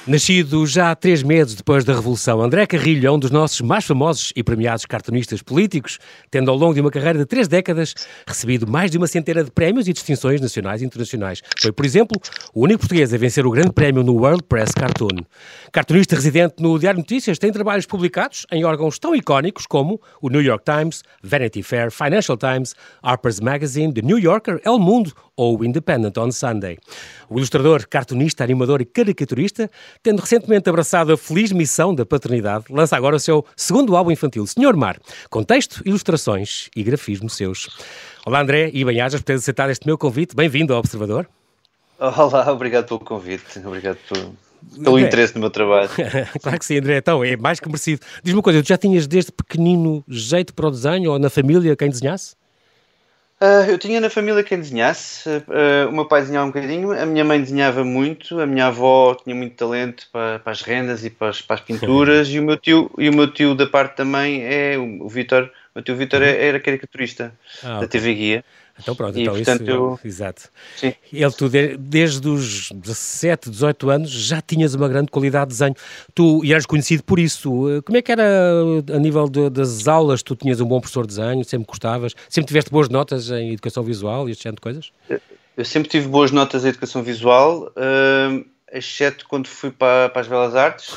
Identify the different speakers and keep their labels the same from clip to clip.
Speaker 1: Nascido já há 3 meses depois da Revolução, André Carrilho é um dos nossos mais famosos e premiados cartunistas políticos, tendo ao longo de uma carreira de 3 décadas recebido mais de uma centena de prémios e distinções nacionais e internacionais. Foi, por exemplo, o único português a vencer o grande prémio no World Press Cartoon. Cartunista residente no Diário de Notícias, tem trabalhos publicados em órgãos tão icónicos como o New York Times, Vanity Fair, Financial Times, Harper's Magazine, The New Yorker, El Mundo ou o Independent on Sunday. O ilustrador, cartunista, animador e caricaturista, tendo recentemente abraçado a feliz missão da paternidade, lança agora o seu segundo álbum infantil, Senhor Mar, com texto, ilustrações e grafismo seus. Olá André, e bem-ajas por teres aceitado este meu convite. Bem-vindo ao Observador.
Speaker 2: Olá, obrigado pelo convite, obrigado pelo interesse no meu trabalho.
Speaker 1: Claro que sim, André, então é mais que merecido. Diz-me uma coisa, tu já tinhas desde pequenino jeito para o desenho ou na família quem desenhasse?
Speaker 2: Eu tinha na família quem desenhasse, o meu pai desenhava um bocadinho, a minha mãe desenhava muito, a minha avó tinha muito talento para as rendas e para as pinturas e o meu tio da parte também é o Vítor, o meu tio Vítor era caricaturista da TV Guia.
Speaker 1: Então pronto,
Speaker 2: e,
Speaker 1: então
Speaker 2: portanto,
Speaker 1: isso, exato.
Speaker 2: Sim.
Speaker 1: Tu desde os 17, 18 anos já tinhas uma grande qualidade de desenho. Tu eras conhecido por isso. Como é que era a nível das aulas? Tu tinhas um bom professor de desenho, sempre gostavas? Sempre tiveste boas notas em educação visual e este género de coisas?
Speaker 2: Eu sempre tive boas notas em educação visual, exceto quando fui para as Belas Artes.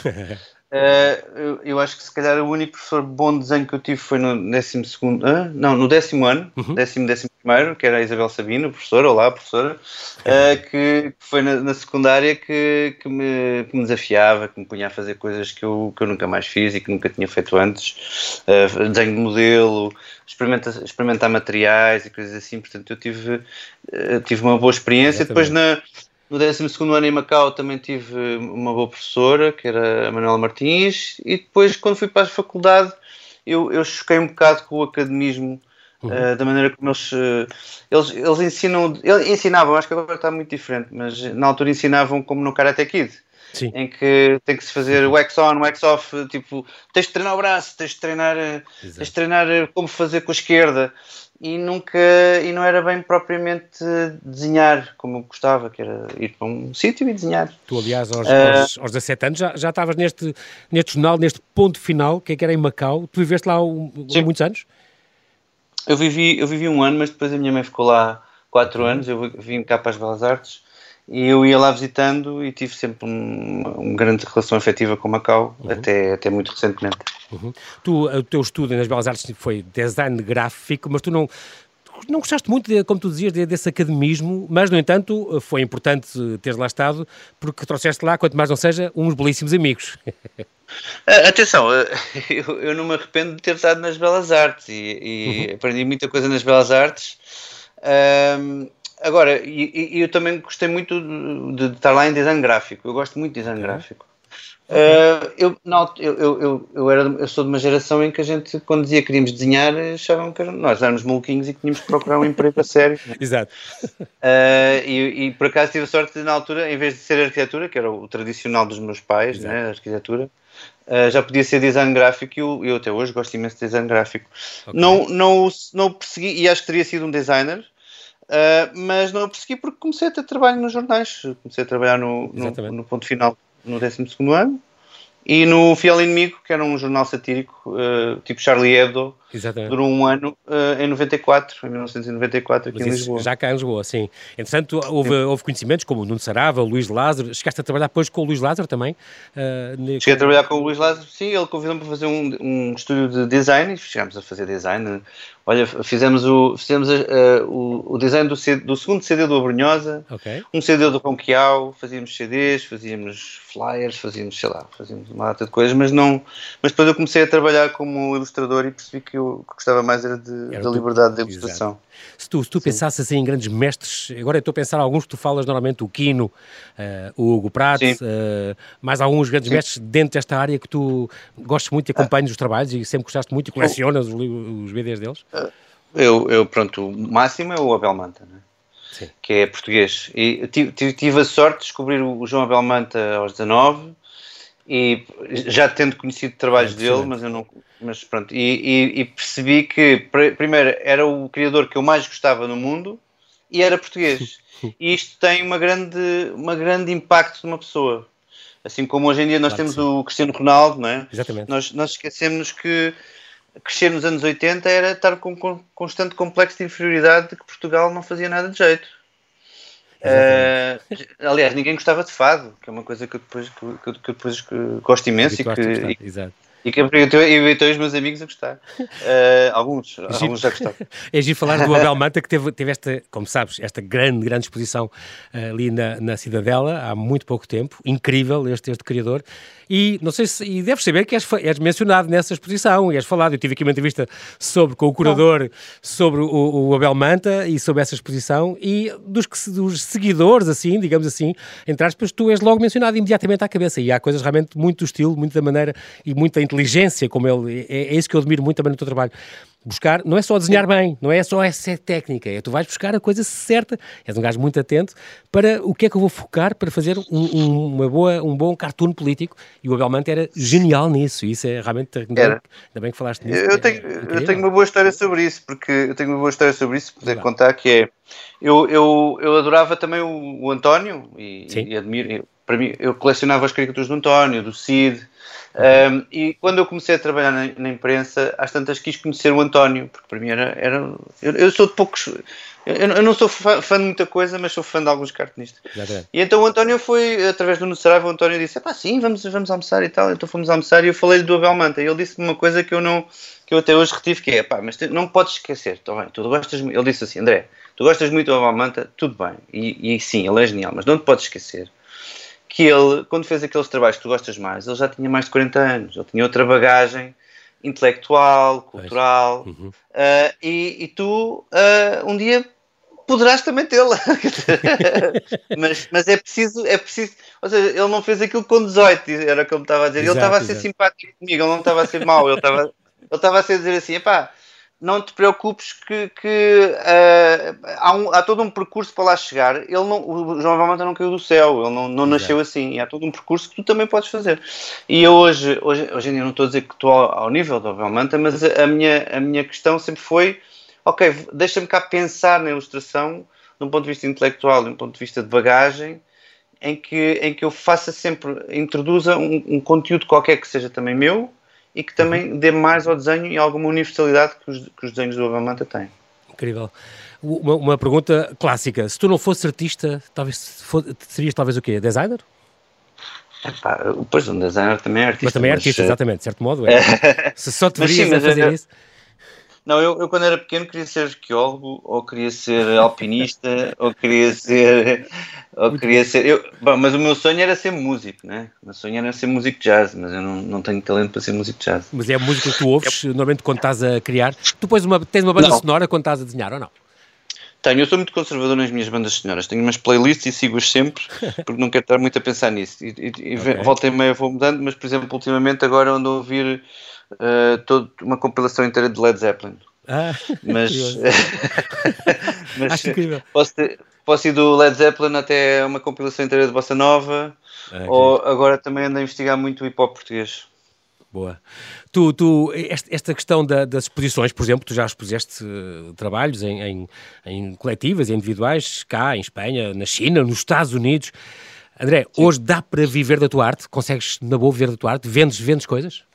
Speaker 2: Eu acho que se calhar o único professor bom de desenho que eu tive foi no 12º, no 10º ano, 11º, que era a Isabel Sabino, professora, que foi na secundária que me desafiava, que me punha a fazer coisas que eu nunca mais fiz e que nunca tinha feito antes, desenho de modelo, experimentar materiais e coisas assim. Portanto, eu tive uma boa experiência.
Speaker 1: Exatamente.
Speaker 2: Depois no 12º ano em Macau também tive uma boa professora, que era a Manuela Martins, e depois quando fui para a faculdade eu choquei um bocado com o academismo, da maneira como eles ensinavam, acho que agora está muito diferente, mas na altura ensinavam como no Karate Kid.
Speaker 1: Sim.
Speaker 2: Em que tem que se fazer wax on, wax off, tipo, tens de treinar o braço, tens de treinar como fazer com a esquerda. E não era bem propriamente desenhar como eu gostava, que era ir para um sítio e desenhar.
Speaker 1: Tu, aliás, aos 17 anos já estavas neste jornal, neste ponto final, que era em Macau. Tu viveste lá muitos anos?
Speaker 2: Eu vivi um ano, mas depois a minha mãe ficou lá 4 anos, eu vim cá para as Belas Artes e eu ia lá visitando e tive sempre uma grande relação afetiva com Macau, até muito recentemente.
Speaker 1: O teu estudo nas Belas Artes foi design gráfico, mas tu não gostaste muito, como tu dizias, desse academismo, mas, no entanto, foi importante teres lá estado, porque trouxeste lá, quanto mais não seja, uns belíssimos amigos.
Speaker 2: Atenção, eu não me arrependo de ter estado nas Belas Artes e aprendi muita coisa nas Belas Artes. Agora, eu também gostei muito de estar lá em design gráfico. Eu gosto muito de design gráfico. Eu sou de uma geração em que a gente, quando dizia que queríamos desenhar, achavam que nós éramos maluquinhos e que tínhamos que procurar um emprego a sério.
Speaker 1: Exato.
Speaker 2: E por acaso tive a sorte de, na altura, em vez de ser arquitetura, que era o tradicional dos meus pais, né, a arquitetura, já podia ser design gráfico e eu até hoje gosto imenso de design gráfico. Não persegui, e acho que teria sido um designer, mas não o persegui porque comecei a ter trabalho nos jornais. Comecei a trabalhar no Ponto Final no 12º ano e no Fiel Inimigo, que era um jornal satírico, tipo Charlie Hebdo.
Speaker 1: Exatamente.
Speaker 2: Durou um ano em 1994, aqui em Lisboa.
Speaker 1: Já cá em Lisboa, sim. Entretanto, houve conhecimentos como o Nuno Sarava, o Luís Lázaro. Chegaste a trabalhar depois com o Luís Lázaro também?
Speaker 2: Cheguei a trabalhar com o Luís Lázaro, sim. Ele convidou-me para fazer um estúdio de design e chegámos a fazer design. Olha, fizemos o design do segundo CD do Abrunhosa, um CD do Ronquial, fazíamos CDs, fazíamos flyers, fazíamos uma data de coisas, mas depois eu comecei a trabalhar como ilustrador e percebi que eu gostava mais era da liberdade de ilustração.
Speaker 1: Se tu pensasses assim em grandes mestres, agora eu estou a pensar em alguns que tu falas normalmente, o Quino, o Hugo Pratt, mais alguns grandes mestres dentro desta área que tu gostas muito e acompanhas os trabalhos e sempre gostaste muito e colecionas os BDs deles?
Speaker 2: Pronto, o máximo é o Abel Manta, né? Sim. Que é português. E tive a sorte de descobrir o João Abel Manta aos 19 e já tendo conhecido trabalhos dele, mas pronto, e percebi que primeiro era o criador que eu mais gostava no mundo e era português. E isto tem uma grande impacto numa pessoa. Assim como hoje em dia nós
Speaker 1: Claro
Speaker 2: temos
Speaker 1: que sim.
Speaker 2: o Cristiano Ronaldo, não é?
Speaker 1: Exatamente.
Speaker 2: Nós esquecemos que crescer nos anos 80 era estar com constante complexo de inferioridade de que Portugal não fazia nada de jeito.
Speaker 1: Exatamente.
Speaker 2: Aliás, ninguém gostava de fado, que é uma coisa que eu depois gosto imenso e
Speaker 1: Habituaste a gostar,
Speaker 2: que,
Speaker 1: exato.
Speaker 2: e que eu os meus amigos a gostar. Alguns já gostaram.
Speaker 1: É giro falar do Abel Manta, que teve esta, como sabes, esta grande exposição ali na Cidadela, há muito pouco tempo. Incrível este criador. E não sei se, e deves saber que és mencionado nessa exposição, e és falado. Eu tive aqui uma entrevista com o curador sobre o Abel Manta e sobre essa exposição, e dos seguidores, assim, digamos assim, entre aspas, tu és logo mencionado imediatamente à cabeça. E há coisas realmente muito do estilo, muito da maneira e muita inteligência, como ele. É isso que eu admiro muito também no teu trabalho. Buscar, não é só desenhar bem, não é só essa técnica, tu vais buscar a coisa certa, és um gajo muito atento para o que é que eu vou focar para fazer um bom cartoon político, e o Abel Manta era genial nisso, e isso é realmente, ainda bem que falaste nisso.
Speaker 2: Eu tenho uma boa história sobre isso, poder contar, que é, eu adorava também o António, e admiro, para mim, eu colecionava as caricaturas do António, do Cid. E quando eu comecei a trabalhar na imprensa, às tantas quis conhecer o António, porque para mim eu sou de poucos, eu não sou fã de muita coisa, mas sou fã de alguns cartunistas. E então o António foi, através do Saraiva, o António disse, sim, vamos almoçar e tal. Então fomos almoçar e eu falei-lhe do Abel Manta, e ele disse-me uma coisa que eu até hoje retive, que é, mas não podes esquecer, tá bem, tu gostas, ele disse assim, André, tu gostas muito do Abel Manta, tudo bem, e sim, ele é genial, mas não te podes esquecer que ele, quando fez aqueles trabalhos que tu gostas mais, ele já tinha mais de 40 anos, ele tinha outra bagagem intelectual, cultural, e tu um dia poderás também tê-la. mas é preciso, ou seja, ele não fez aquilo com 18, era o que ele me estava a dizer, ele estava a ser simpático comigo, ele não estava a ser mau, ele estava a ser dizer assim, não te preocupes que há todo um percurso para lá chegar. O João Abel Manta não caiu do céu, ele não nasceu assim. E há todo um percurso que tu também podes fazer. E eu hoje em dia não estou a dizer que estou ao nível do Abel Manta, mas a minha questão sempre foi, ok, deixa-me cá pensar na ilustração de um ponto de vista intelectual, de um ponto de vista de bagagem, em que eu faça sempre, introduza um conteúdo qualquer que seja também meu, e que também dê mais ao desenho e alguma universalidade que os desenhos do Abel Manta têm.
Speaker 1: Incrível. Uma pergunta clássica. Se tu não fosses artista, serias talvez o quê? Designer?
Speaker 2: Pois, um designer também é artista.
Speaker 1: Mas também é artista, exatamente, de certo modo. Se só te verias a fazer isso...
Speaker 2: Não, eu quando era pequeno queria ser arqueólogo, ou queria ser alpinista, ou queria ser... mas o meu sonho era ser músico, né? O meu sonho era ser músico de jazz, mas eu não tenho talento para ser músico de jazz.
Speaker 1: Mas é a música que tu ouves, normalmente quando estás a criar? Tu tens uma banda sonora quando estás a desenhar, ou não?
Speaker 2: Tenho, eu sou muito conservador nas minhas bandas sonoras. Tenho umas playlists e sigo-as sempre, porque não quero estar muito a pensar nisso. Volta e meia vou mudando, mas, por exemplo, ultimamente agora ando a ouvir uma compilação inteira de Led Zeppelin. Mas
Speaker 1: acho incrível.
Speaker 2: Posso ir do Led Zeppelin até uma compilação inteira de Bossa Nova, ou agora também ando a investigar muito o hip-hop português.
Speaker 1: Boa. Esta questão das exposições, por exemplo, tu já expuseste trabalhos em coletivas e individuais, cá, em Espanha, na China, nos Estados Unidos. André, hoje dá para viver da tua arte? Consegues, na boa, viver da tua arte? Vendes coisas?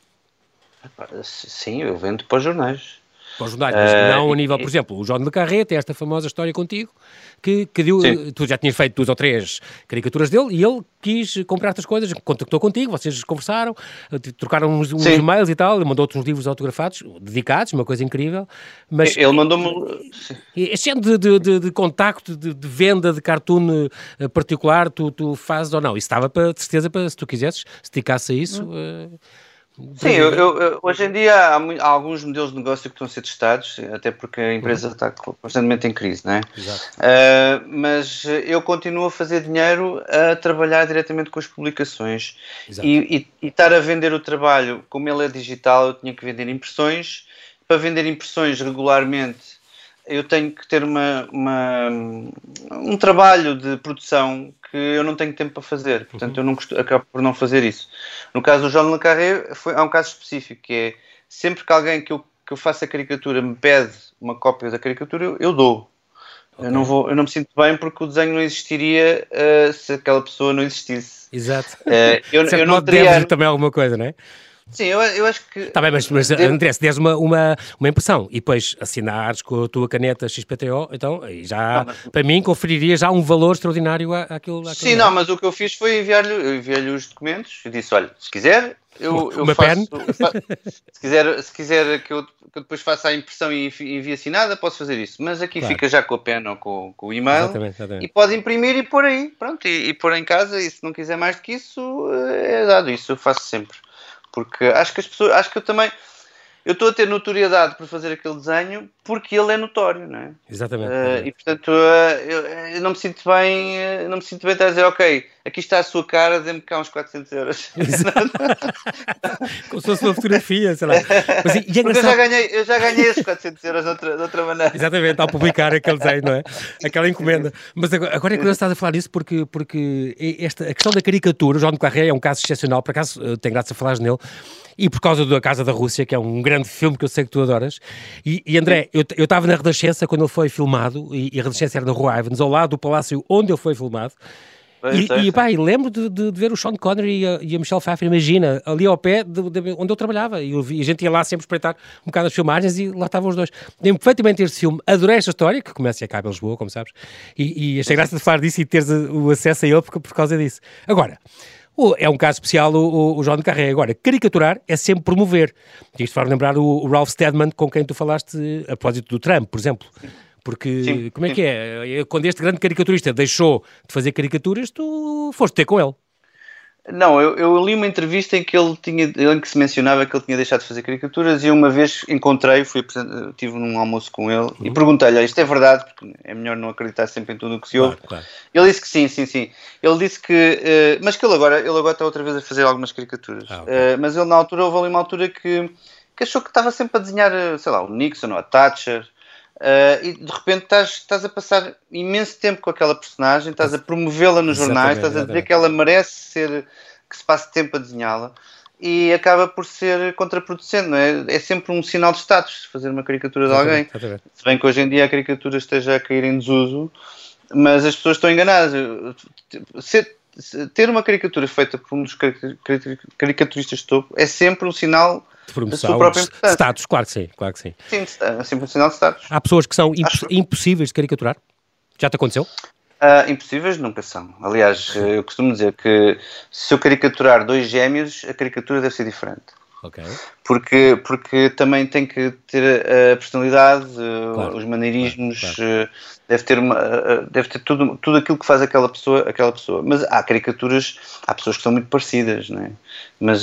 Speaker 2: Sim, eu vendo para os jornais.
Speaker 1: Para os jornais, mas não a nível, por exemplo, o João Le Carré tem esta famosa história contigo, que deu, tu já tinhas feito 2 ou 3 caricaturas dele, e ele quis comprar-te as coisas, contactou contigo, vocês conversaram, trocaram uns e-mails e tal, ele mandou-te uns livros autografados, dedicados, uma coisa incrível, mas...
Speaker 2: Ele mandou-me...
Speaker 1: Este género de contacto, de venda de cartoon particular, tu fazes ou não? Isso estava, de certeza, se tu quisesses, se dedicasse a isso...
Speaker 2: Sim, hoje em dia há alguns modelos de negócio que estão a ser testados, até porque a empresa está constantemente em crise, não é?
Speaker 1: Exato.
Speaker 2: Mas eu continuo a fazer dinheiro a trabalhar diretamente com as publicações. E estar a vender o trabalho, como ele é digital, eu tinha que vender impressões. Para vender impressões regularmente, eu tenho que ter um trabalho de produção que eu não tenho tempo para fazer, portanto eu acabo por não fazer isso. No caso do João Le Carré há um caso específico, que é sempre que alguém que eu faça a caricatura me pede uma cópia da caricatura, eu dou. Okay. Eu não me sinto bem porque o desenho não existiria se aquela pessoa não existisse.
Speaker 1: Exato.
Speaker 2: Eu não teria...
Speaker 1: também alguma coisa, não é?
Speaker 2: Sim, eu acho que...
Speaker 1: Está bem, mas André, se deres uma impressão e depois assinares com a tua caneta XPTO, então aí já, para mim, conferiria já um valor extraordinário àquilo.
Speaker 2: Sim, não, mas o que eu fiz foi enviar-lhe os documentos e disse, olha, se quiser, eu faço... Se quiser que eu depois faça a impressão e envie assinada, posso fazer isso. Mas aqui fica já com a pena ou com o e-mail. Exatamente. E pode imprimir e pôr aí, pronto, e pôr em casa, e se não quiser mais do que isso, é dado. Isso eu faço sempre. Porque acho que eu estou a ter notoriedade por fazer aquele desenho porque ele é notório, não é?
Speaker 1: Exatamente.
Speaker 2: E portanto, eu não me sinto bem, estar a dizer, ok, aqui está a sua cara, dê-me cá uns 400 euros.
Speaker 1: Como se fosse uma fotografia, sei lá. Mas,
Speaker 2: eu já ganhei esses 400 euros de outra maneira.
Speaker 1: Exatamente, ao publicar aquele desenho, não é? Aquela encomenda. Mas agora é curioso estar a falar disso porque a questão da caricatura, o João de Carré é um caso excepcional, por acaso tem graça a falares nele, e por causa da Casa da Rússia, que é um grande filme que eu sei que tu adoras. E André, eu estava na Renascença quando ele foi filmado, e a Renascença era na Rua Ivens, ao lado do palácio onde ele foi filmado. E lembro de ver o Sean Connery e a Michelle Pfeiffer, imagina, ali ao pé de onde eu trabalhava. E a gente ia lá sempre espreitar um bocado as filmagens e lá estavam os dois. Lembro perfeitamente este filme, adorei esta história, que começa e acaba em Lisboa, como sabes, e achei graça de falar disso e teres o acesso a ele por causa disso. Agora, é um caso especial o João de Carré. Agora, caricaturar é sempre promover. Isto faz lembrar o Ralph Steadman, com quem tu falaste a propósito do Trump, por exemplo. Porque, sim, como é que é? Quando este grande caricaturista deixou de fazer caricaturas, tu foste ter com ele.
Speaker 2: Não, eu li uma entrevista em que em que se mencionava que ele tinha deixado de fazer caricaturas e uma vez encontrei, tive num almoço com ele e perguntei-lhe, isto é verdade, porque é melhor não acreditar sempre em tudo o que se ouve. Claro. Ele disse que sim. Ele disse que, mas que ele agora está outra vez a fazer algumas caricaturas. Okay. Mas ele houve ali uma altura que achou que estava sempre a desenhar, sei lá, o Nixon ou a Thatcher. E de repente estás a passar imenso tempo com aquela personagem, estás a promovê-la nos jornais, estás a dizer que ela merece que se passe tempo a desenhá-la e acaba por ser contraproducente, não é? É sempre um sinal de status fazer uma caricatura de alguém. Se bem que hoje em dia a caricatura esteja a cair em desuso, mas as pessoas estão enganadas. Ter uma caricatura feita por um dos caricaturistas de topo é sempre um sinal
Speaker 1: de promoção, de status, claro que sim.
Speaker 2: Sim, é sempre um sinal de status.
Speaker 1: Há pessoas que são impossíveis de caricaturar? Já te aconteceu?
Speaker 2: Impossíveis nunca são. Aliás, eu costumo dizer que se eu caricaturar dois gêmeos, a caricatura deve ser diferente.
Speaker 1: Okay.
Speaker 2: Porque também tem que ter a personalidade, claro, os maneirismos, claro. Deve ter tudo aquilo que faz aquela pessoa. Mas há pessoas que são muito parecidas, não é? Mas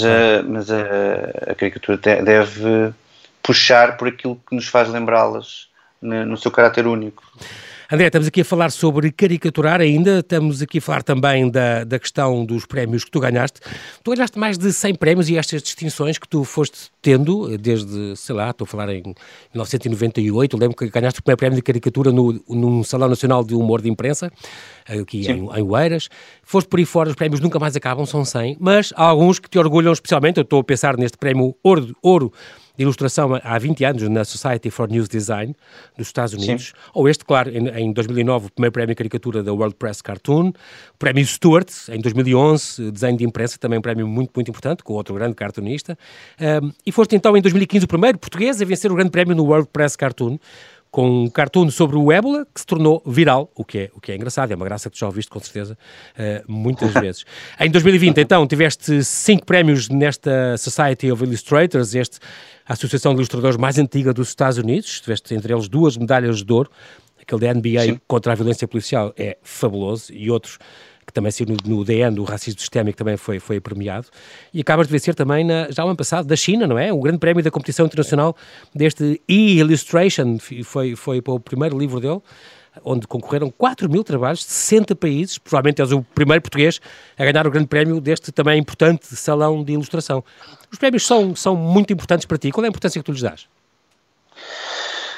Speaker 2: a caricatura deve puxar por aquilo que nos faz lembrá-las no seu caráter único.
Speaker 1: André, estamos aqui a falar sobre caricaturar ainda, estamos aqui a falar também da questão dos prémios que tu ganhaste. Tu ganhaste mais de 100 prémios e estas distinções que tu foste tendo desde, sei lá, estou a falar em 1998, lembro que ganhaste o primeiro prémio de caricatura num Salão Nacional de Humor de Imprensa, aqui em Oeiras. Foste por aí fora, os prémios nunca mais acabam, são 100, mas há alguns que te orgulham especialmente. Eu estou a pensar neste prémio Ouro de ilustração há 20 anos na Society for News Design dos Estados Unidos, sim, ou este, claro, em 2009, o primeiro prémio de caricatura da World Press Cartoon, o prémio Stuart, em 2011, desenho de imprensa, também um prémio muito, muito importante, com outro grande cartunista, e foste então em 2015 o primeiro português a vencer o grande prémio no World Press Cartoon, com um cartoon sobre o ébola que se tornou viral, o que é engraçado, é uma graça que tu já ouviste com certeza muitas vezes. Em 2020, então, tiveste 5 prémios nesta Society of Illustrators, a associação de ilustradores mais antiga dos Estados Unidos, tiveste entre eles 2 medalhas de ouro, aquele da NBA, sim, contra a violência policial é fabuloso, e outros que também saiu no DN, do racismo sistémico, também foi premiado, e acabas de vencer também, já o ano passado, da China, não é? O grande prémio da competição internacional deste E-Illustration, foi para o primeiro livro dele, onde concorreram 4.000 trabalhos de 60 países, provavelmente és o primeiro português a ganhar o grande prémio deste também importante salão de ilustração. Os prémios são muito importantes para ti, qual é a importância que tu lhes dás?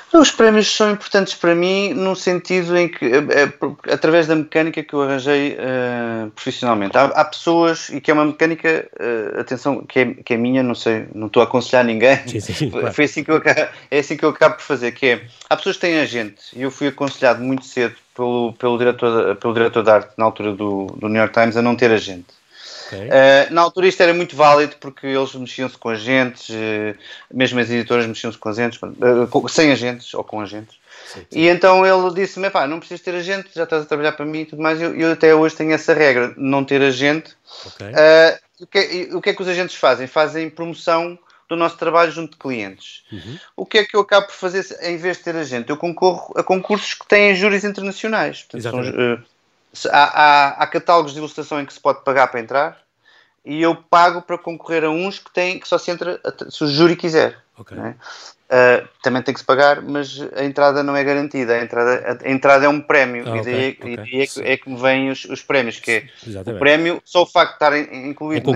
Speaker 2: Os prémios são importantes para mim no sentido em que, através da mecânica que eu arranjei profissionalmente, há pessoas, e que é uma mecânica, atenção, que é minha, não sei, não estou a aconselhar ninguém,
Speaker 1: sim, claro.
Speaker 2: É assim que eu acabo por fazer, que é, há pessoas que têm agente, e eu fui aconselhado muito cedo pelo diretor de arte, na altura do New York Times, a não ter agente. Okay. Na altura isto era muito válido porque eles mexiam-se com agentes, mesmo as editoras mexiam-se com agentes, sem agentes ou com agentes. Sim. E então ele disse-me, não precisas ter agente, já estás a trabalhar para mim e tudo mais. Eu até hoje tenho essa regra, não ter agente. Okay. O que é que os agentes fazem? Fazem promoção do nosso trabalho junto de clientes. Uhum. O que é que eu acabo por fazer em vez de ter agente? Eu concorro a concursos que têm júris internacionais. Portanto, há catálogos de ilustração em que se pode pagar para entrar, e eu pago para concorrer a uns que só se entra se o júri quiser. Okay. Né? Também tem que se pagar, mas a entrada não é garantida. A entrada é um prémio, e daí é que me vêm os prémios, que é o prémio, só o facto de estar incluído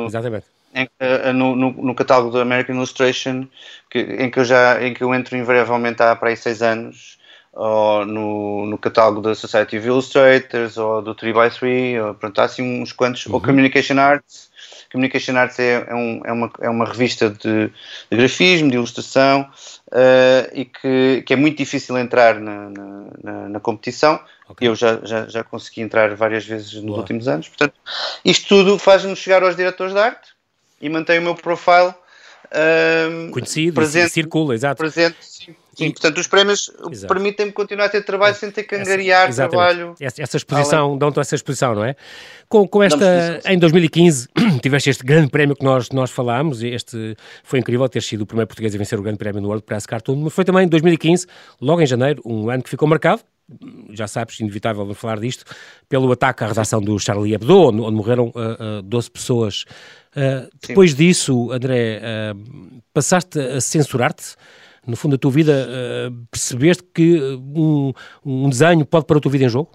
Speaker 2: no catálogo do American Illustration, em que eu entro invariavelmente há para aí 6 anos, ou no catálogo da Society of Illustrators, ou do 3x3, ou pronto, há assim uns quantos, ou Communication Arts. Communication Arts é uma revista de grafismo, de ilustração, e que é muito difícil entrar na competição. Okay. Eu já consegui entrar várias vezes nos últimos anos. Portanto, isto tudo faz-me chegar aos diretores de arte e mantém o meu profile
Speaker 1: conhecido,
Speaker 2: presente,
Speaker 1: circula, exato.
Speaker 2: Presente, sim, portanto, os prémios permitem-me continuar a ter trabalho sem ter que angariar trabalho.
Speaker 1: Essa exposição, dão-te essa exposição, não é? Com esta, em 2015, tiveste este grande prémio que nós falámos, este foi incrível ter sido o primeiro português a vencer o grande prémio no World Press Cartoon, mas foi também em 2015, logo em janeiro, um ano que ficou marcado, já sabes, inevitável de falar disto, pelo ataque à redação do Charlie Hebdo, onde morreram 12 pessoas. Depois disso, André, passaste a censurar-te. No fundo da tua vida, percebeste que um desenho pode pôr a tua vida em jogo?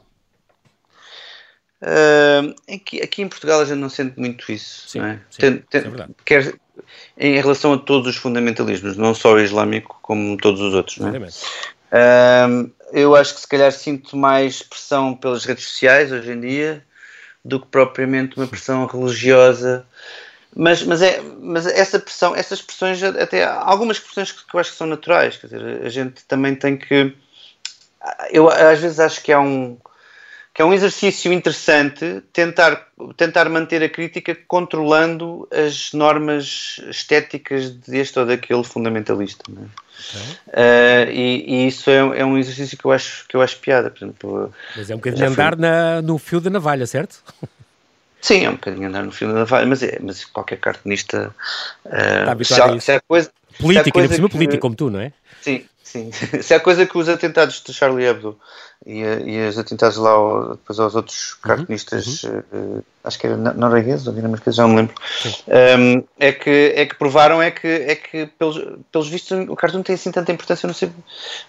Speaker 2: Aqui em Portugal a gente não sente muito isso.
Speaker 1: Sim,
Speaker 2: não é?
Speaker 1: Sim, é verdade.
Speaker 2: Em relação a todos os fundamentalismos, não só o islâmico, como todos os outros. Não é? Eu acho que se calhar sinto mais pressão pelas redes sociais hoje em dia do que propriamente uma pressão religiosa. Mas essa pressão, essas pressões, até algumas pressões que eu acho que são naturais, quer dizer, a gente também tem que... Eu às vezes acho que é um exercício interessante tentar manter a crítica controlando as normas estéticas deste ou daquele fundamentalista. Não é? Okay. E isso é um exercício que eu acho piada. Por exemplo,
Speaker 1: mas é um bocadinho andar no fio da navalha, certo?
Speaker 2: Sim, é um bocadinho andar no fio da navalha, mas qualquer cartunista...
Speaker 1: está habituado a isso. Política, ainda por cima política como tu, não é?
Speaker 2: Sim. Se há coisa que os atentados de Charlie Hebdo e os atentados lá depois aos outros cartunistas, acho que era noruegueses ou dinamarqueses, já não me lembro, é que provaram é que pelos vistos o cartoon tem assim tanta importância, não sei,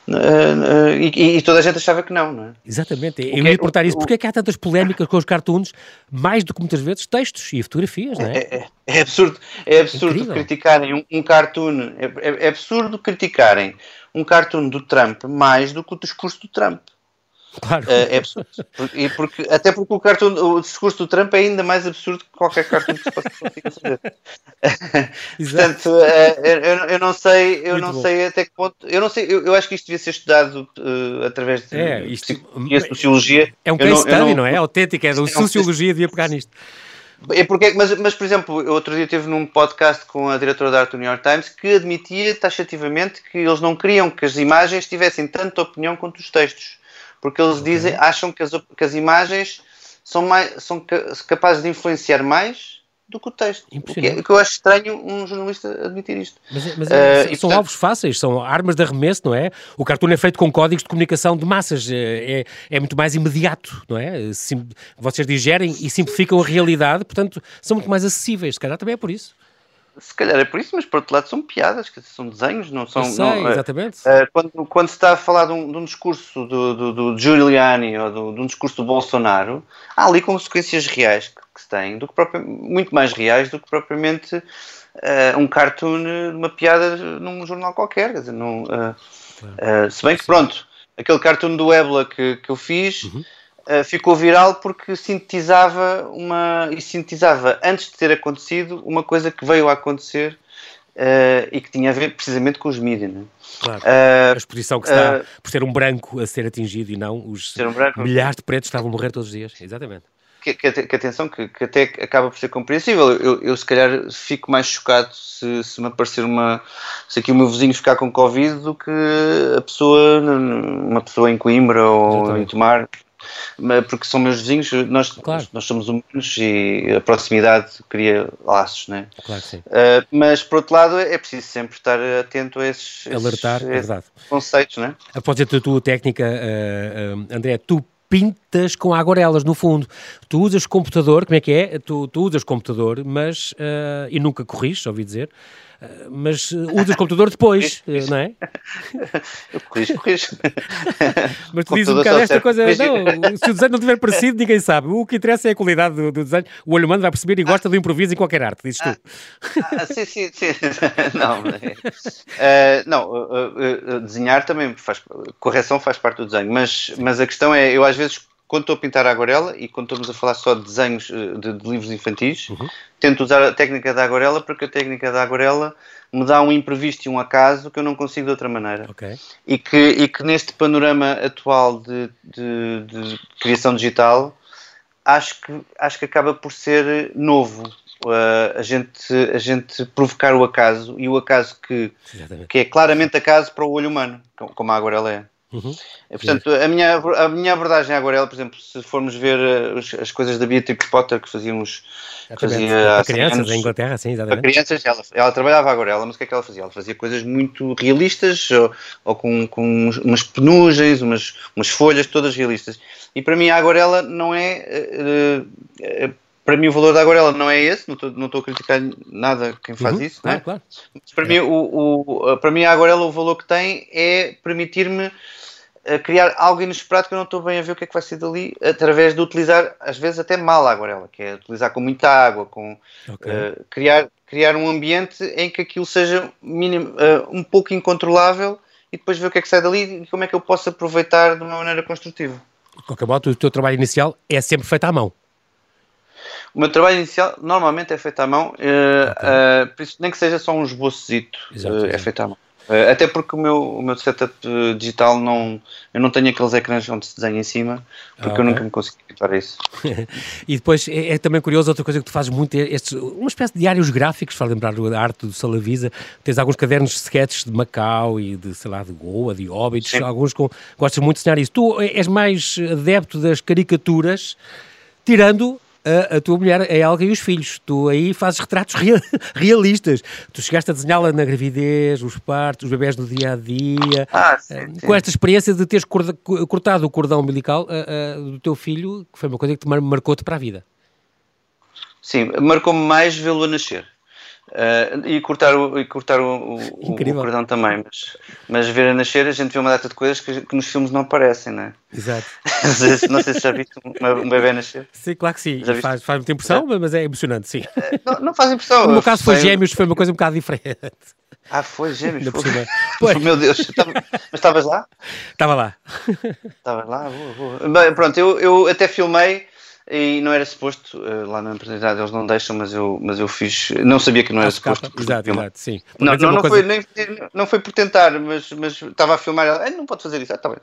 Speaker 2: e toda a gente achava que não é?
Speaker 1: Exatamente, eu ia perguntar isso, porque é que há tantas polémicas com os cartoons, mais do que muitas vezes textos e fotografias, não é?
Speaker 2: É absurdo criticarem um cartoon, é absurdo criticarem um cartoon do Trump mais do que o discurso do Trump.
Speaker 1: Claro.
Speaker 2: É absurdo. Até porque o discurso do Trump é ainda mais absurdo que qualquer cartoon que se possa fazer. Portanto, eu não sei até que ponto. Eu acho que isto devia ser estudado através de sociologia.
Speaker 1: É um case study, não é? É autêntico, é da sociologia, devia pegar nisto.
Speaker 2: Mas, por exemplo, eu outro dia esteve num podcast com a diretora de arte do New York Times que admitia taxativamente que eles não queriam que as imagens tivessem tanta opinião quanto os textos, porque eles acham que as imagens são capazes de influenciar mais do que o texto. O que eu acho estranho um jornalista admitir isto.
Speaker 1: Mas são alvos fáceis, são armas de arremesso, não é? O cartoon é feito com códigos de comunicação de massas, é muito mais imediato, não é? Vocês digerem e simplificam a realidade, portanto, são muito mais acessíveis, se calhar também é por isso.
Speaker 2: Se calhar é por isso, mas por outro lado são piadas, que são desenhos, não são...
Speaker 1: Eu sei, exatamente.
Speaker 2: Quando se está a falar de um discurso do Giuliani ou de um discurso do Bolsonaro, há ali consequências reais que se têm, muito mais reais do que propriamente um cartoon de uma piada num jornal qualquer. Quer dizer, se bem que, pronto, aquele cartoon do Ébola que eu fiz... ficou viral porque sintetizava antes de ter acontecido uma coisa que veio a acontecer e que tinha a ver precisamente com os mídias, né?
Speaker 1: Claro, a exposição que se dá por ser um branco a ser atingido e não os milhares de pretos que estavam a morrer todos os dias, exatamente.
Speaker 2: Que atenção, que até acaba por ser compreensível. Eu se calhar fico mais chocado se me aparecer se aqui o meu vizinho ficar com Covid do que uma pessoa em Coimbra ou exatamente. Em Tomar. Porque são meus vizinhos, nós somos humanos e a proximidade cria laços, né? Claro que sim. Mas por outro lado é preciso sempre estar atento a esses conceitos, né?
Speaker 1: Após a tua técnica, André, tu pintas com aguarelas, no fundo. Tu usas computador, como é que é? Tu usas computador, mas, e nunca corriges, ouvi dizer, mas usas computador depois, não é?
Speaker 2: Eu corrijo.
Speaker 1: Mas tu dizes um bocado esta coisa, não, se o desenho não estiver parecido, ninguém sabe. O que interessa é a qualidade do desenho. O olho humano vai perceber e gosta do improviso em qualquer arte, dizes tu.
Speaker 2: Sim. Não, desenhar também correção faz parte do desenho, mas a questão é, eu às vezes, quando estou a pintar a aguarela e quando estamos a falar só de desenhos de livros infantis, tento usar a técnica da aguarela porque a técnica da aguarela me dá um imprevisto e um acaso que eu não consigo de outra maneira. Okay. E que neste panorama atual de criação digital, acho que acaba por ser novo. A gente provocar o acaso, e o acaso que é claramente acaso para o olho humano, como a aguarela é. Portanto, a minha abordagem à aguarela, por exemplo, se formos ver as coisas da Beatrix Potter que fazíamos
Speaker 1: para crianças em Inglaterra, sim, exatamente.
Speaker 2: Para crianças, ela trabalhava a aguarela, mas o que é que ela fazia? Ela fazia coisas muito realistas ou com umas penugens, umas folhas todas realistas. E para mim a aguarela não é... para mim o valor da aguarela não é esse, não estou a criticar nada quem faz isso,
Speaker 1: claro,
Speaker 2: não é?
Speaker 1: Claro.
Speaker 2: Mas para mim a aguarela o valor que tem é permitir-me criar algo inesperado que eu não estou bem a ver o que é que vai ser dali, através de utilizar, às vezes até mal a aguarela, que é utilizar com muita água, criar um ambiente em que aquilo seja um pouco incontrolável e depois ver o que é que sai dali e como é que eu posso aproveitar de uma maneira construtiva.
Speaker 1: De qualquer modo, o teu trabalho inicial é sempre feito à mão.
Speaker 2: O meu trabalho inicial normalmente é feito à mão, por isso, nem que seja só um esbocozito, é feito à mão. Até porque o meu setup digital eu não tenho aqueles ecrãs onde se desenha em cima, porque eu nunca me consegui habituar a isso.
Speaker 1: E depois é também curioso, outra coisa que tu fazes muito é uma espécie de diários gráficos, faz lembrar da arte do Salavisa. Tens alguns cadernos de sketches de Macau e de, sei lá, de Goa, de Óbidos, alguns gostas muito de desenhar isso. Tu és mais adepto das caricaturas, tirando... A tua mulher, a Helga e os filhos. Tu aí fazes retratos realistas. Tu chegaste a desenhá-la na gravidez, os partos, os bebés no dia-a-dia. Sim. Com esta experiência de teres cortado o cordão umbilical do teu filho, que foi uma coisa que marcou-te para a vida.
Speaker 2: Sim, marcou-me mais vê-lo a nascer. E cortar o cordão também, mas ver a nascer a gente vê uma data de coisas que nos filmes não aparecem, não é?
Speaker 1: Exato.
Speaker 2: Não sei se já viste um bebê nascer.
Speaker 1: Sim, claro que sim. Faz muita impressão, mas é emocionante, sim.
Speaker 2: Não faz impressão.
Speaker 1: No meu caso foi gêmeos, foi uma coisa um bocado diferente.
Speaker 2: Foi gêmeos. Meu Deus, mas estavas lá?
Speaker 1: Estava lá.
Speaker 2: Estavas lá? Boa. Bem, pronto, eu até filmei. E não era suposto, lá na maternidade eles não deixam, mas eu fiz, não sabia que não era suposto.
Speaker 1: Exato, sim.
Speaker 2: Não foi por tentar, mas estava a filmar, não pode fazer isso, está bem.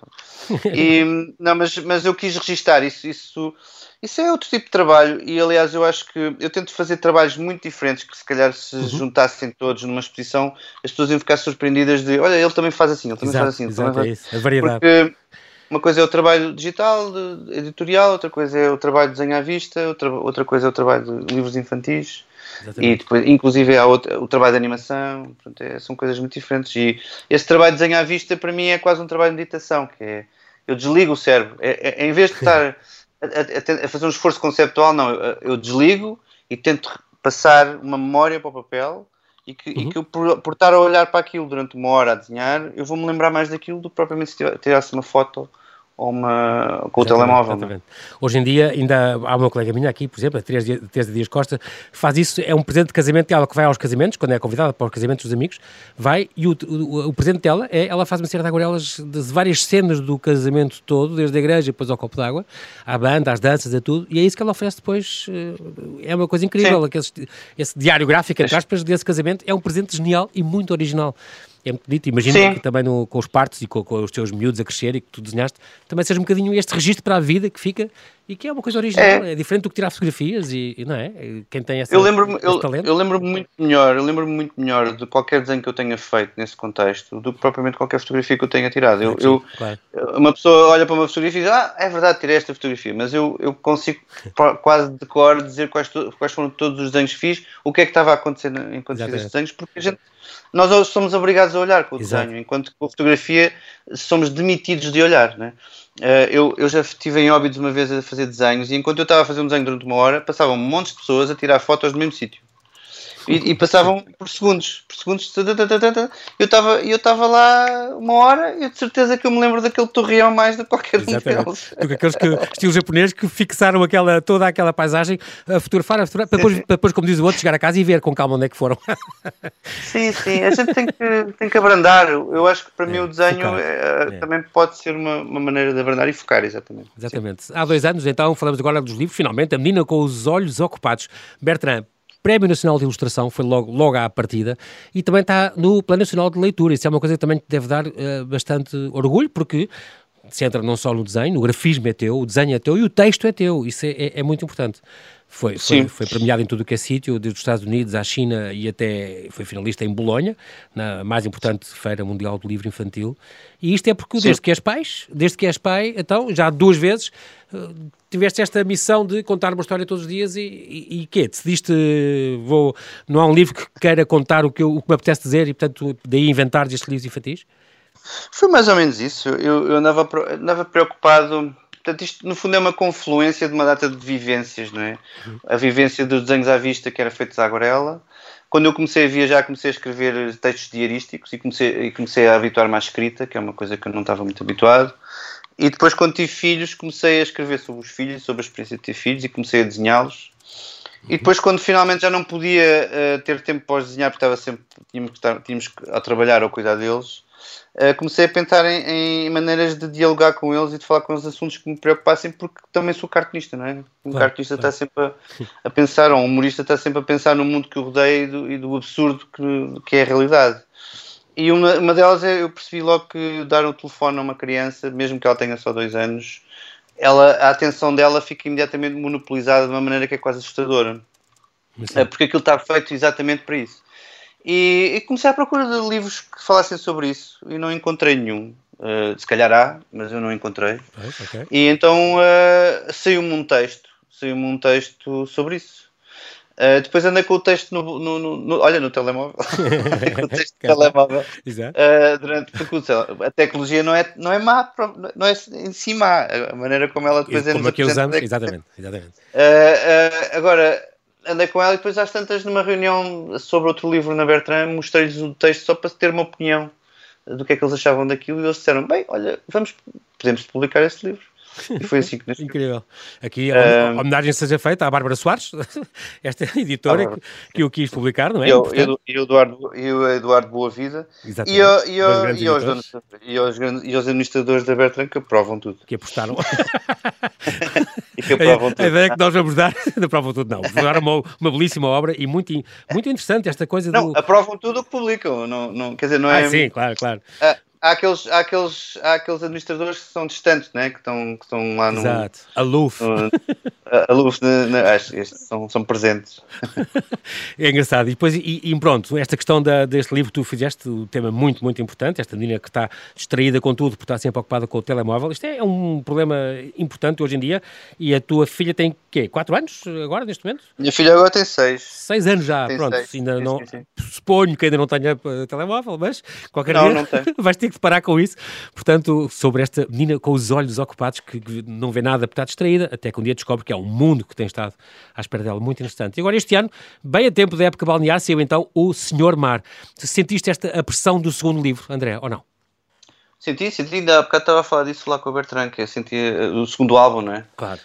Speaker 2: Mas eu quis registar isso é outro tipo de trabalho e aliás eu acho que eu tento fazer trabalhos muito diferentes que se calhar se juntassem todos numa exposição, as pessoas iam ficar surpreendidas de, olha, ele também faz assim, ele também faz assim.
Speaker 1: Exato, é isso, a variedade.
Speaker 2: Porque uma coisa é o trabalho digital, editorial, outra coisa é o trabalho de desenho à vista, outra coisa é o trabalho de livros infantis. Exatamente. E depois, inclusive, há o trabalho de animação, portanto, são coisas muito diferentes. E esse trabalho de desenho à vista, para mim, é quase um trabalho de meditação, que é, eu desligo o cérebro. Em vez de estar a fazer um esforço conceptual, não, eu desligo e tento passar uma memória para o papel e que eu, por estar a olhar para aquilo durante uma hora a desenhar, eu vou-me lembrar mais daquilo do que propriamente se tirasse uma foto ou com o telemóvel.
Speaker 1: Exatamente. Hoje em dia, ainda há uma colega minha aqui, por exemplo, a Teresa Dias Costa, faz isso, é um presente de casamento dela que vai aos casamentos, quando é convidada para os casamentos dos amigos, vai e o presente dela ela faz uma série de aguarelas de várias cenas do casamento todo, desde a igreja depois ao copo d'água, à banda, às danças, a tudo, e é isso que ela oferece depois. É uma coisa incrível, esse diário gráfico, entre aspas, desse casamento, é um presente genial e muito original. É muito bonito. Imagino que também com os partos e com os teus miúdos a crescer e que tu desenhaste, também seja um bocadinho este registro para a vida que fica e que é uma coisa original. É diferente do que tirar fotografias e não é? Quem tem esse talento.
Speaker 2: Eu lembro-me muito melhor de qualquer desenho que eu tenha feito nesse contexto do que propriamente qualquer fotografia que eu tenha tirado.
Speaker 1: Claro.
Speaker 2: Uma pessoa olha para uma fotografia e diz, é verdade, tirei esta fotografia, mas eu consigo quase de cor dizer quais foram todos os desenhos que fiz, o que é que estava a acontecer enquanto fiz estes desenhos, porque nós somos obrigados a olhar com o desenho, enquanto que com a fotografia somos demitidos de olhar, né? Eu já estive em Óbidos uma vez a fazer desenhos e enquanto eu estava a fazer um desenho durante uma hora, passavam um monte de pessoas a tirar fotos do mesmo sítio. E passavam por segundos. Eu estava lá uma hora e de certeza que eu me lembro daquele torreão mais do que qualquer um deles.
Speaker 1: Aqueles estilo japonês que fixaram toda aquela paisagem a fotografar para depois, como diz o outro, chegar a casa e ver com calma onde é que foram.
Speaker 2: Sim, a gente tem que abrandar. Eu acho que para mim o desenho também pode ser uma maneira de abrandar e focar, exatamente.
Speaker 1: Sim. Há 2 anos, então, falamos agora dos livros, finalmente, A Menina com os Olhos Ocupados. Bertrand, Prémio Nacional de Ilustração, foi logo à partida, e também está no Plano Nacional de Leitura. Isso é uma coisa que também te deve dar bastante orgulho, porque se entra não só no desenho, o grafismo é teu, o desenho é teu e o texto é teu. Isso é muito importante. Foi premiado em tudo o que é sítio, desde os Estados Unidos à China e até foi finalista em Bolonha, na mais importante Feira Mundial do Livro Infantil. E isto é porque desde que és pai, então, já 2 vezes, tiveste esta missão de contar uma história todos os dias e quê? Decidiste, não há um livro que queira contar o que me apetece dizer e, portanto, daí inventares estes livros infantis?
Speaker 2: Foi mais ou menos isso. Eu andava preocupado. Portanto, isto no fundo é uma confluência de uma data de vivências, não é? A vivência dos desenhos à vista que era feito à aguarela. Quando eu comecei a viajar, comecei a escrever textos diarísticos e comecei a habituar-me à escrita, que é uma coisa que eu não estava muito habituado. E depois, quando tive filhos, comecei a escrever sobre os filhos, sobre a experiência de ter filhos e comecei a desenhá-los. E depois, quando finalmente já não podia ter tempo para os desenhar, porque tínhamos a trabalhar ou cuidar deles, comecei a pensar em maneiras de dialogar com eles e de falar com eles assuntos que me preocupassem, porque também sou cartunista, não é? Cartunista está sempre a pensar, ou um humorista está sempre a pensar no mundo que o rodeia e do absurdo que é a realidade. E uma delas eu percebi logo que dar um telefone a uma criança, mesmo que ela tenha só 2 anos, a atenção dela fica imediatamente monopolizada de uma maneira que é quase assustadora. Porque aquilo está feito exatamente para isso. E comecei à procura de livros que falassem sobre isso e não encontrei nenhum. Se calhar há, mas eu não encontrei.
Speaker 1: Okay.
Speaker 2: E então saiu-me um texto sobre isso. Depois andei com o texto no telemóvel. Com o texto no telemóvel. Porque a tecnologia não é má, não é em si má. A maneira como ela depois
Speaker 1: como é que usamos, exatamente.
Speaker 2: Agora, andei com ela e depois às tantas numa reunião sobre outro livro na Bertrand, mostrei-lhes o texto só para ter uma opinião do que é que eles achavam daquilo e eles disseram, bem, olha, podemos publicar este livro. E foi assim que nasceu.
Speaker 1: Incrível. Aqui a homenagem seja feita à Bárbara Soares, esta editora que o quis publicar, não é?
Speaker 2: E o Eduardo Boavida. E aos administradores da Bertrand que aprovam tudo.
Speaker 1: Que apostaram.
Speaker 2: E que aprovam tudo.
Speaker 1: A ideia que nós vamos dar, não aprovam tudo, não. Aprovaram uma belíssima obra e muito interessante esta coisa
Speaker 2: Não, aprovam tudo o que publicam. Não, quer dizer, não é...
Speaker 1: sim, claro.
Speaker 2: Há aqueles administradores que são distantes, né? que estão lá no...
Speaker 1: Exato, aloof.
Speaker 2: Aloof, acho que estes são presentes.
Speaker 1: É engraçado. E depois, pronto, esta questão deste livro que tu fizeste, o tema muito, muito importante, esta menina que está distraída com tudo porque está sempre ocupada com o telemóvel, isto é um problema importante hoje em dia. E a tua filha tem, 4 anos agora, neste momento?
Speaker 2: Minha filha agora tem 6.
Speaker 1: 6 anos já,
Speaker 2: tem
Speaker 1: pronto.
Speaker 2: 6.
Speaker 1: Ainda não,
Speaker 2: sim.
Speaker 1: suponho que ainda não tenha telemóvel, mas qualquer dia
Speaker 2: não tem.
Speaker 1: vais ter que deparar com isso. Portanto, sobre esta menina com os olhos ocupados, que não vê nada, porque está distraída, até que um dia descobre que é um mundo que tem estado à espera dela, muito interessante. E agora, este ano, bem a tempo da época balnear, saiu então o Senhor Mar. Sentiste a pressão do segundo livro, André, ou não?
Speaker 2: Senti, ainda há bocado estava a falar disso lá com o Bertrand, que eu senti o segundo álbum, não é?
Speaker 1: Claro.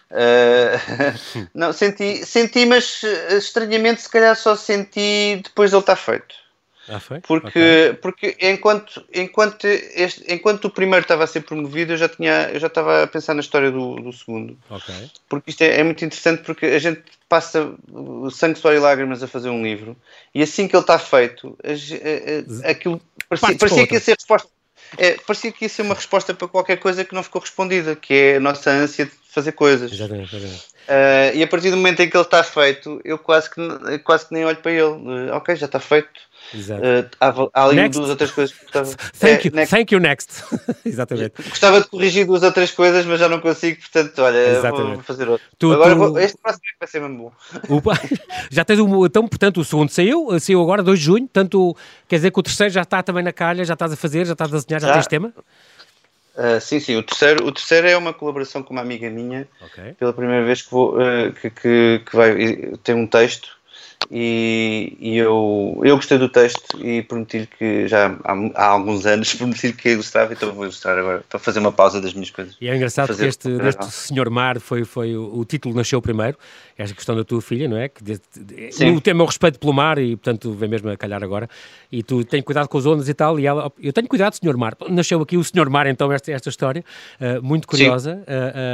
Speaker 2: Não, senti, mas estranhamente se calhar só senti depois de ele estar feito.
Speaker 1: Foi?
Speaker 2: Porque enquanto o primeiro estava a ser promovido, eu já estava a pensar na história do segundo.
Speaker 1: Okay.
Speaker 2: Porque isto é muito interessante, porque a gente passa sangue, suor e lágrimas a fazer um livro, e assim que ele está feito, aquilo parecia que ia ser resposta. Parecia que ia ser uma resposta para qualquer coisa que não ficou respondida, que é a nossa ânsia de fazer coisas.
Speaker 1: Exatamente.
Speaker 2: E a partir do momento em que ele está feito, eu quase que nem olho para ele. Ok, já está feito.
Speaker 1: Exato.
Speaker 2: Há ali duas outras coisas que gostava.
Speaker 1: Thank you, next. Exatamente.
Speaker 2: Gostava de corrigir duas ou três coisas, mas já não consigo, portanto, olha, vou fazer outro. Este próximo vai ser mesmo bom.
Speaker 1: Já tens então, portanto, o segundo saiu agora, 2 de junho, portanto, quer dizer que o terceiro já está também na calha, já estás a fazer, já estás a desenhar, já tens tema?
Speaker 2: Sim, o terceiro é uma colaboração com uma amiga minha, pela primeira vez que vai ter um texto. E eu gostei do texto e prometi-lhe que já há alguns anos prometi-lhe que ia ilustrar, então vou ilustrar agora para fazer uma pausa das minhas coisas.
Speaker 1: E é engraçado que este Senhor Mar foi o título nasceu primeiro, esta questão da tua filha, não é? O tema é o respeito pelo mar e portanto vem mesmo a calhar agora, e tu tens cuidado com as ondas e tal, e ela, eu tenho cuidado, Senhor Mar, nasceu aqui o Senhor Mar então esta história, muito curiosa.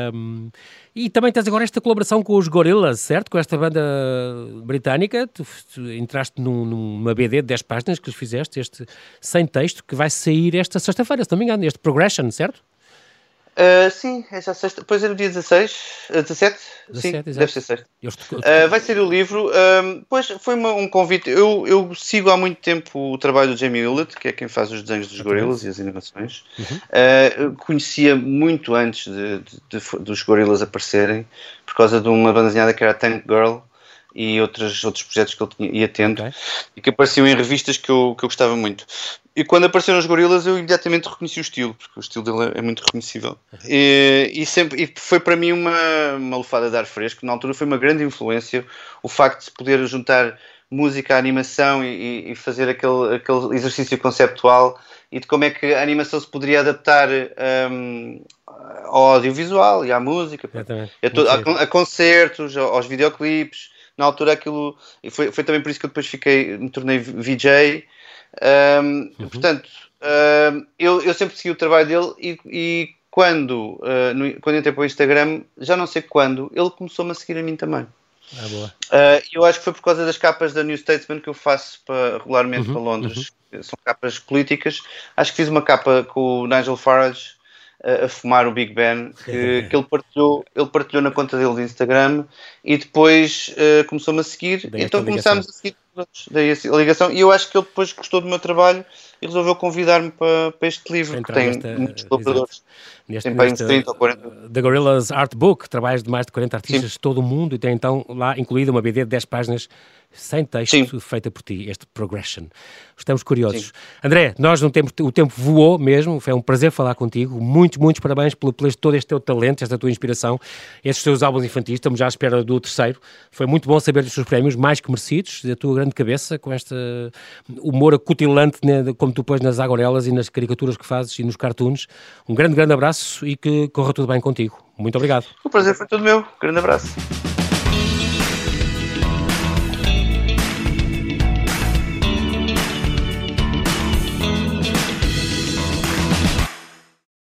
Speaker 1: E também tens agora esta colaboração com os Gorillaz, certo? Com esta banda britânica. Tu entraste numa BD de 10 páginas que lhes fizeste, este sem texto, que vai sair esta sexta-feira, se não me engano, este Progression, certo?
Speaker 2: Sim, é já sexta. Depois é no dia 17? Sim, deve ser sexta. Vai ser o livro. Pois foi um convite. Eu sigo há muito tempo o trabalho do Jamie Hewlett, que é quem faz os desenhos dos Gorillaz e as animações. Conhecia muito antes dos Gorillaz aparecerem, por causa de uma banda desenhada que era Tank Girl e outros projetos que ele ia tendo, e que apareciam em revistas que eu gostava muito. E quando apareceram os Gorillaz, eu imediatamente reconheci o estilo, porque o estilo dele é muito reconhecível. E foi para mim uma lufada de ar fresco. Na altura foi uma grande influência o facto de se poder juntar música à animação e fazer aquele exercício conceptual, e de como é que a animação se poderia adaptar ao audiovisual e à música, a concertos, aos videoclipes. Na altura aquilo... Foi também por isso que eu depois me tornei VJ. Portanto, eu sempre segui o trabalho dele e quando entrei para o Instagram, já não sei quando, ele começou-me a seguir a mim também.
Speaker 1: Boa.
Speaker 2: Eu acho que foi por causa das capas da New Statesman que eu faço regularmente para Londres. São capas políticas. Acho que fiz uma capa com o Nigel Farage a fumar o Big Ben, que ele partilhou na conta dele de Instagram, e depois começou-me a seguir. Então começámos a seguir, daí a ligação, e eu acho que ele depois gostou do meu trabalho e resolveu convidar-me para este livro, que tem muitos colaboradores. Tem para 30 ou 40.
Speaker 1: The Gorillaz Art Book, trabalhos de mais de 40 artistas de todo o mundo, e tem então lá incluída uma BD de 10 páginas sem texto, feita por ti, este Progression. Estamos curiosos. André, o tempo voou mesmo, foi um prazer falar contigo, muitos parabéns por todo este teu talento, esta tua inspiração, estes teus álbuns infantis, estamos já à espera do terceiro. Foi muito bom saber dos teus prémios, mais que merecidos, da tua grande cabeça, com este humor acutilante, né, como tu pões nas aguarelas e nas caricaturas que fazes e nos cartoons. Um grande abraço e que corra tudo bem contigo. Muito obrigado.
Speaker 2: O prazer foi todo meu. Grande abraço.